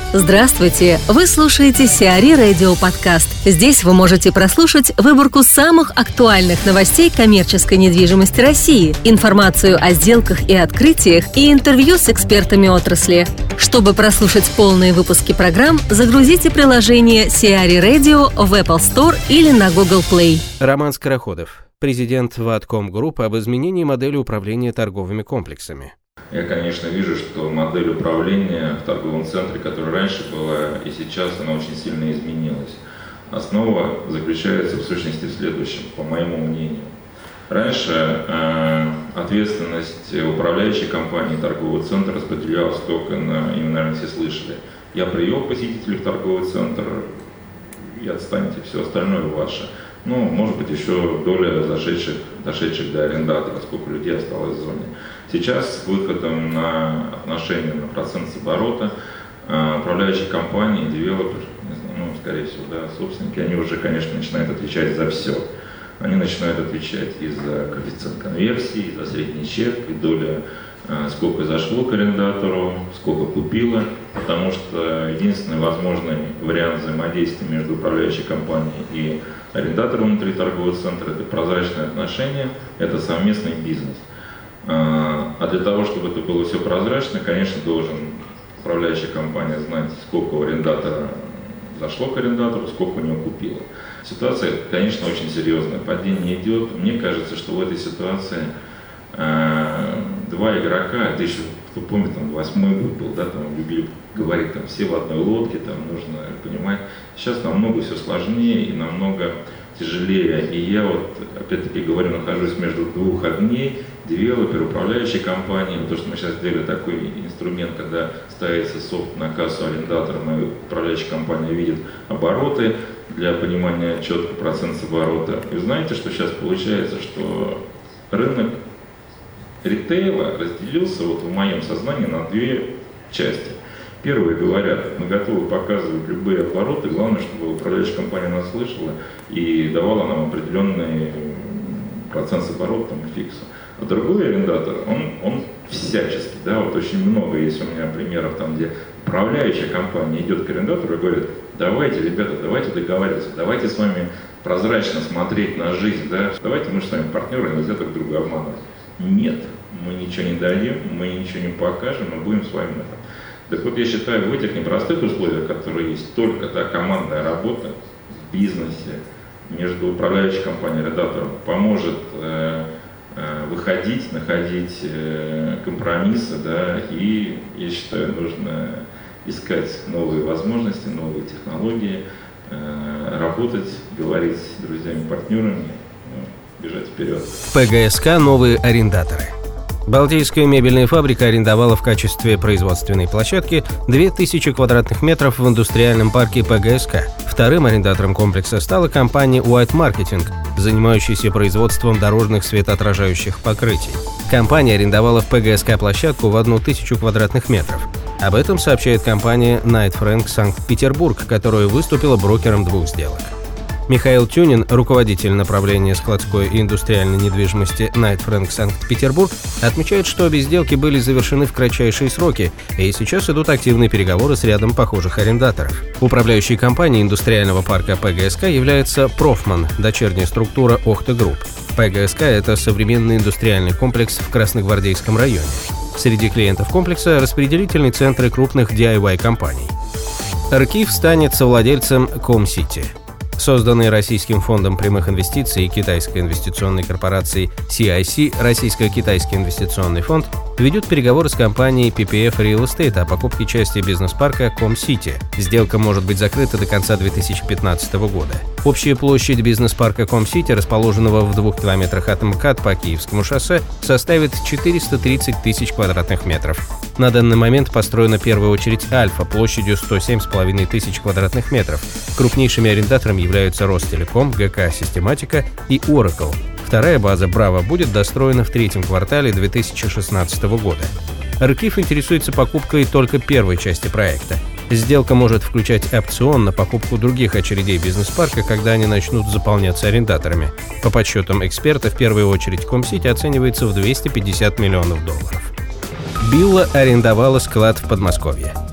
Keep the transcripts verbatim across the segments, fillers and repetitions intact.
Здравствуйте! Вы слушаете Сиари Радио Подкаст. Здесь вы можете прослушать выборку самых актуальных новостей коммерческой недвижимости России, информацию о сделках и открытиях и интервью с экспертами отрасли. Чтобы прослушать полные выпуски программ, загрузите приложение Сиари Radio в Apple Store или на Google Play. Роман Скороходов, президент Ватком Групп, об изменении модели управления торговыми комплексами. Я, конечно, вижу, что модель управления в торговом центре, которая раньше была и сейчас, она очень сильно изменилась. Основа заключается в сущности в следующем, по моему мнению. Раньше э, ответственность управляющей компании торгового центра распределялась только на, и, наверное, все слышали, я привел посетителей в торговый центр, и отстаньте, все остальное ваше. Ну, может быть, еще доля зашедших, дошедших до арендатора, сколько людей осталось в зоне. Сейчас с выходом на отношения на процент с оборота э, управляющие компании, девелопер, не знаю, ну, скорее всего, да, собственники, они уже, конечно, начинают отвечать за все. Они начинают отвечать и за коэффициент конверсии, и за средний чек, и доля, э, сколько зашло к арендатору, сколько купило, потому что единственный возможный вариант взаимодействия между управляющей компанией и арендатором внутри торгового центра – это прозрачные отношения, это совместный бизнес. А для того, чтобы это было все прозрачно, конечно, должен управляющая компания знать, сколько у арендатора зашло к арендатору, сколько у него купило. Ситуация, конечно, очень серьезная, падение идет. Мне кажется, что в этой ситуации э, два игрока, это еще, кто помнит, там восьмой год был, да, там любили говорить, там все в одной лодке, там нужно понимать. Сейчас намного все сложнее и намного тяжелее. И я вот, опять-таки говорю, нахожусь между двух огней, девелопер, управляющей компанией. То, что мы сейчас сделали такой инструмент, когда ставится софт на кассу арендатором, и управляющая компания видит обороты для понимания четко процент с оборота. И знаете, что сейчас получается, что рынок ритейла разделился вот в моем сознании на две части. Первые говорят, мы готовы показывать любые обороты, главное, чтобы управляющая компания нас слышала и давала нам определенный процент с оборотом и фиксу. А другой арендатор, он, он всячески, да, вот очень много есть у меня примеров там, где управляющая компания идет к арендатору и говорит, давайте, ребята, давайте договариваться, давайте с вами прозрачно смотреть на жизнь, да, давайте мы же с вами партнеры, нельзя друг друга обманывать. Нет, мы ничего не дадим, мы ничего не покажем, мы будем с вами это. Так вот, я считаю, в этих непростых условиях, которые есть, только та командная работа в бизнесе между управляющей компанией и арендатором поможет э, э, выходить, находить э, компромиссы, да, и, я считаю, нужно искать новые возможности, новые технологии, э, работать, говорить с друзьями, партнерами, ну, бежать вперед. ПГСК «Новые арендаторы». Балтийская мебельная фабрика арендовала в качестве производственной площадки две тысячи квадратных метров в индустриальном парке ПГСК. Вторым арендатором комплекса стала компания White Marketing, занимающаяся производством дорожных светоотражающих покрытий. Компания арендовала в ПГСК площадку в одну тысячу квадратных метров. Об этом сообщает компания Knight Frank Санкт-Петербург, которая выступила брокером двух сделок. Михаил Тюнин, руководитель направления складской и индустриальной недвижимости Knight Frank Санкт-Петербург, отмечает, что обе сделки были завершены в кратчайшие сроки, и сейчас идут активные переговоры с рядом похожих арендаторов. Управляющей компанией индустриального парка ПГСК является Профман, дочерняя структура Охта Групп. ПГСК – это современный индустриальный комплекс в Красногвардейском районе. Среди клиентов комплекса – распределительные центры крупных ди ай вай-компаний. Аркив станет совладельцем Комсити. Созданный Российским фондом прямых инвестиций и китайской инвестиционной корпорацией си ай си, Российско-Китайский инвестиционный фонд, ведет переговоры с компанией пи пи эф Real Estate о покупке части бизнес-парка Комсити. Сделка может быть закрыта до конца две тысячи пятнадцатого года. Общая площадь бизнес-парка Комсити, расположенного в двух километрах от МКАД по Киевскому шоссе, составит четыреста тридцать тысяч квадратных метров. На данный момент построена в первую очередь Альфа площадью сто семь с половиной тысяч квадратных метров. Крупнейшими арендаторами являются Ростелеком, ГК Систематика и Oracle. Вторая база Браво будет достроена в третьем квартале две тысячи шестнадцатого года. Аркив интересуется покупкой только первой части проекта. Сделка может включать опцион на покупку других очередей бизнес-парка, когда они начнут заполняться арендаторами. По подсчетам эксперта, в первую очередь Комсити оценивается в двести пятьдесят миллионов долларов. Билла арендовала склад в Подмосковье.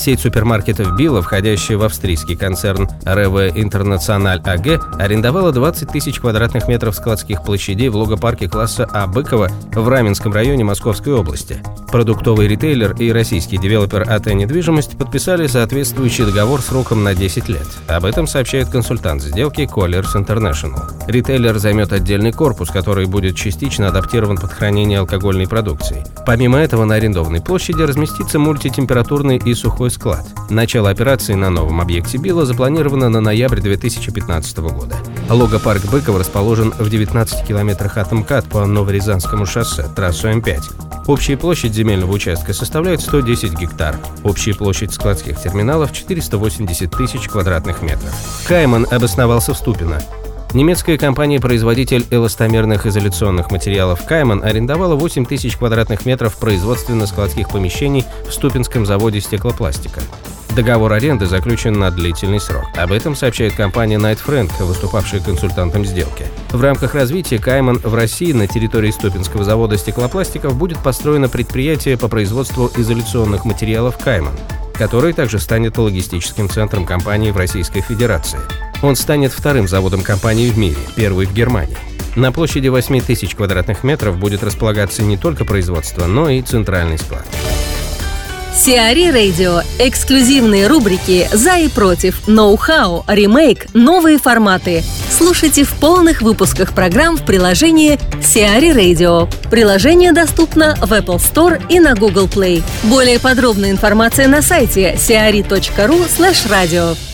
Сеть супермаркетов Билла, входящая в австрийский концерн РВ Интернациональ АГ, арендовала двадцать тысяч квадратных метров складских площадей в логопарке класса А Быково в Раменском районе Московской области. Продуктовый ритейлер и российский девелопер АТ «Недвижимость» подписали соответствующий договор сроком на десять лет. Об этом сообщает консультант сделки Colliers International. Ритейлер займет отдельный корпус, который будет частично адаптирован под хранение алкогольной продукции. Помимо этого, на арендованной площади разместится мультитемпературный и сухой склад. Начало операции на новом объекте Билла запланировано на ноябрь две тысячи пятнадцатого года. Логопарк Быково расположен в девятнадцати километрах от МКАД по Новорязанскому шоссе, трассу М пять. Общая площадь земельного участка составляет сто десять гектар. Общая площадь складских терминалов – четыреста восемьдесят тысяч квадратных метров. Кайман обосновался в Ступино. Немецкая компания-производитель эластомерных изоляционных материалов Кайман арендовала восемь тысяч квадратных метров производственно-складских помещений в Ступинском заводе стеклопластика. Договор аренды заключен на длительный срок. Об этом сообщает компания Knight Frank, выступавшая консультантом сделки. В рамках развития Кайман в России на территории Ступинского завода стеклопластиков будет построено предприятие по производству изоляционных материалов Кайман, который также станет логистическим центром компании в Российской Федерации. Он станет вторым заводом компании в мире, первый в Германии. На площади восемь тысяч квадратных метров будет располагаться не только производство, но и центральный склад. Сиари Radio. Эксклюзивные рубрики «За и против», «Ноу-хау», «Ремейк», «Новые форматы». Слушайте в полных выпусках программ в приложении Сиари Radio. Приложение доступно в Apple Store и на Google Play. Более подробная информация на сайте сиари точка ру слэш радио.